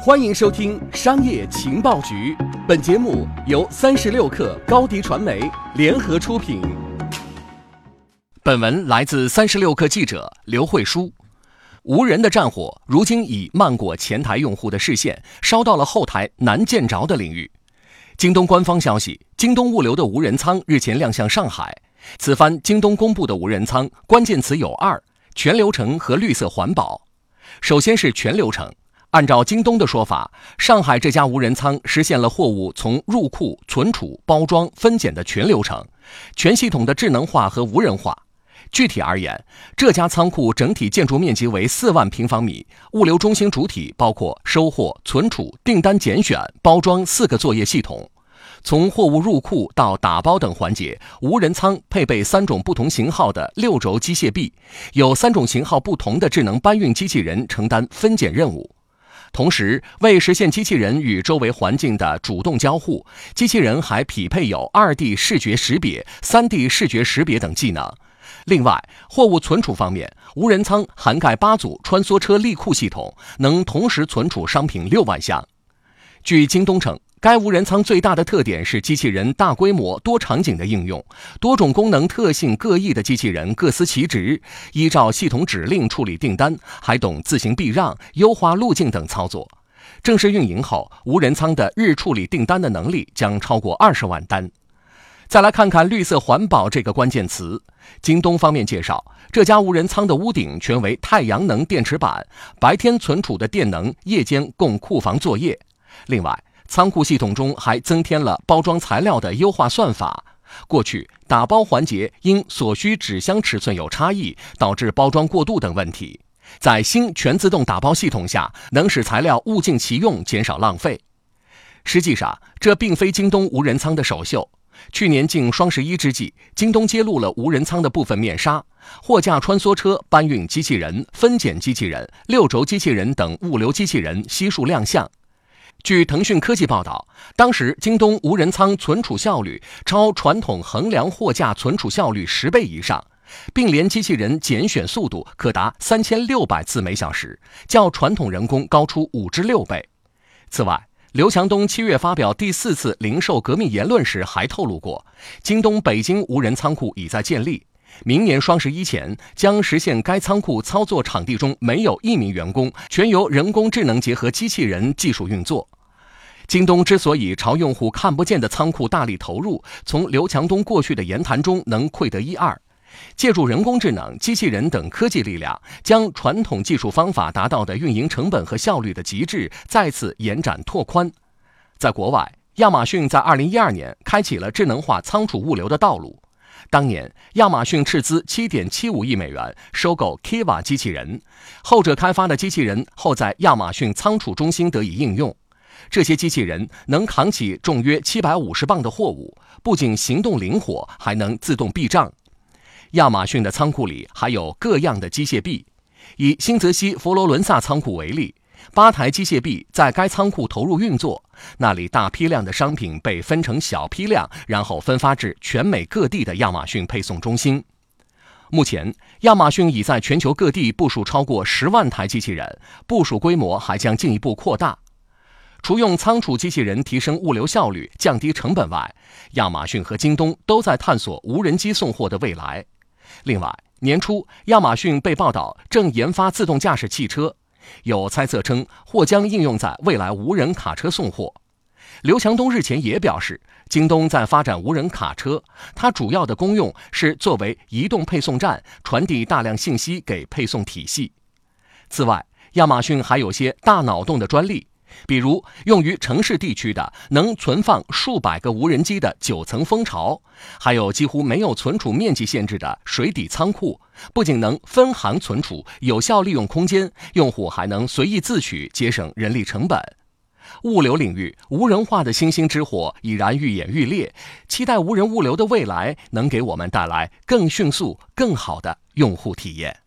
欢迎收听商业情报局，本节目由36氪高低传媒联合出品。本文来自36氪记者刘慧书。无人的战火如今已漫过前台用户的视线，烧到了后台难见着的领域。京东官方消息，京东物流的无人仓日前亮相上海。此番京东公布的无人仓关键词有2：全流程和绿色环保。首先是全流程。按照京东的说法，上海这家无人仓实现了货物从入库、存储、包装、分拣的全流程，全系统的智能化和无人化。具体而言，这家仓库整体建筑面积为4万平方米，物流中心主体包括收货、存储、订单拣选、包装4个作业系统。从货物入库到打包等环节，无人仓配备3种不同型号的6轴机械臂，有3种型号不同的智能搬运机器人承担分拣任务。同时，为实现机器人与周围环境的主动交互，机器人还匹配有2D 视觉识别、3D 视觉识别等技能。另外，货物存储方面，无人仓涵盖8组穿梭车立库系统，能同时存储商品6万项。据京东称，该无人仓最大的特点是机器人大规模多场景的应用，多种功能特性各异的机器人各司其职，依照系统指令处理订单，还懂自行避让、优化路径等操作。正式运营后，无人仓的日处理订单的能力将超过20万单。再来看看绿色环保这个关键词，京东方面介绍，这家无人仓的屋顶全为太阳能电池板，白天存储的电能，夜间供库房作业。另外，仓库系统中还增添了包装材料的优化算法。过去打包环节因所需纸箱尺寸有差异，导致包装过度等问题，在新全自动打包系统下，能使材料物尽其用，减少浪费。实际上，这并非京东无人仓的首秀。去年近双11之际，京东揭露了无人仓的部分面纱，货架穿梭车、搬运机器人、分拣机器人、6轴机器人等物流机器人悉数亮相。据腾讯科技报道，当时京东无人仓存储效率超传统横梁货架存储效率10倍以上，并联机器人拣选速度可达3600次每小时，较传统人工高出5至6倍。此外，刘强东7月发表第4次零售革命言论时还透露过，京东北京无人仓库已在建立，明年双11前将实现该仓库操作场地中没有1名员工，全由人工智能结合机器人技术运作。京东之所以朝用户看不见的仓库大力投入，从刘强东过去的言谈中能窥得一二。借助人工智能、机器人等科技力量，将传统技术方法达到的运营成本和效率的极致再次延展拓宽。在国外，亚马逊在2012年开启了智能化仓储物流的道路。当年，亚马逊斥资7.75亿美元收购 Kiva 机器人，后者开发的机器人后在亚马逊仓储中心得以应用。这些机器人能扛起重约750磅的货物，不仅行动灵活，还能自动避障。亚马逊的仓库里还有各样的机械臂。以新泽西佛罗伦萨仓库为例，8台机械臂在该仓库投入运作，那里大批量的商品被分成小批量，然后分发至全美各地的亚马逊配送中心。目前，亚马逊已在全球各地部署超过10万台机器人，部署规模还将进一步扩大。除用仓储机器人提升物流效率、降低成本外，亚马逊和京东都在探索无人机送货的未来。另外，年初亚马逊被报道正研发自动驾驶汽车，有猜测称或将应用在未来无人卡车送货。刘强东日前也表示，京东在发展无人卡车，它主要的功用是作为移动配送站，传递大量信息给配送体系。此外，亚马逊还有些大脑洞的专利，比如用于城市地区的能存放数百个无人机的9层蜂巢，还有几乎没有存储面积限制的水底仓库，不仅能分行存储，有效利用空间，用户还能随意自取，节省人力成本。物流领域无人化的星星之火已然愈演愈烈，期待无人物流的未来能给我们带来更迅速、更好的用户体验。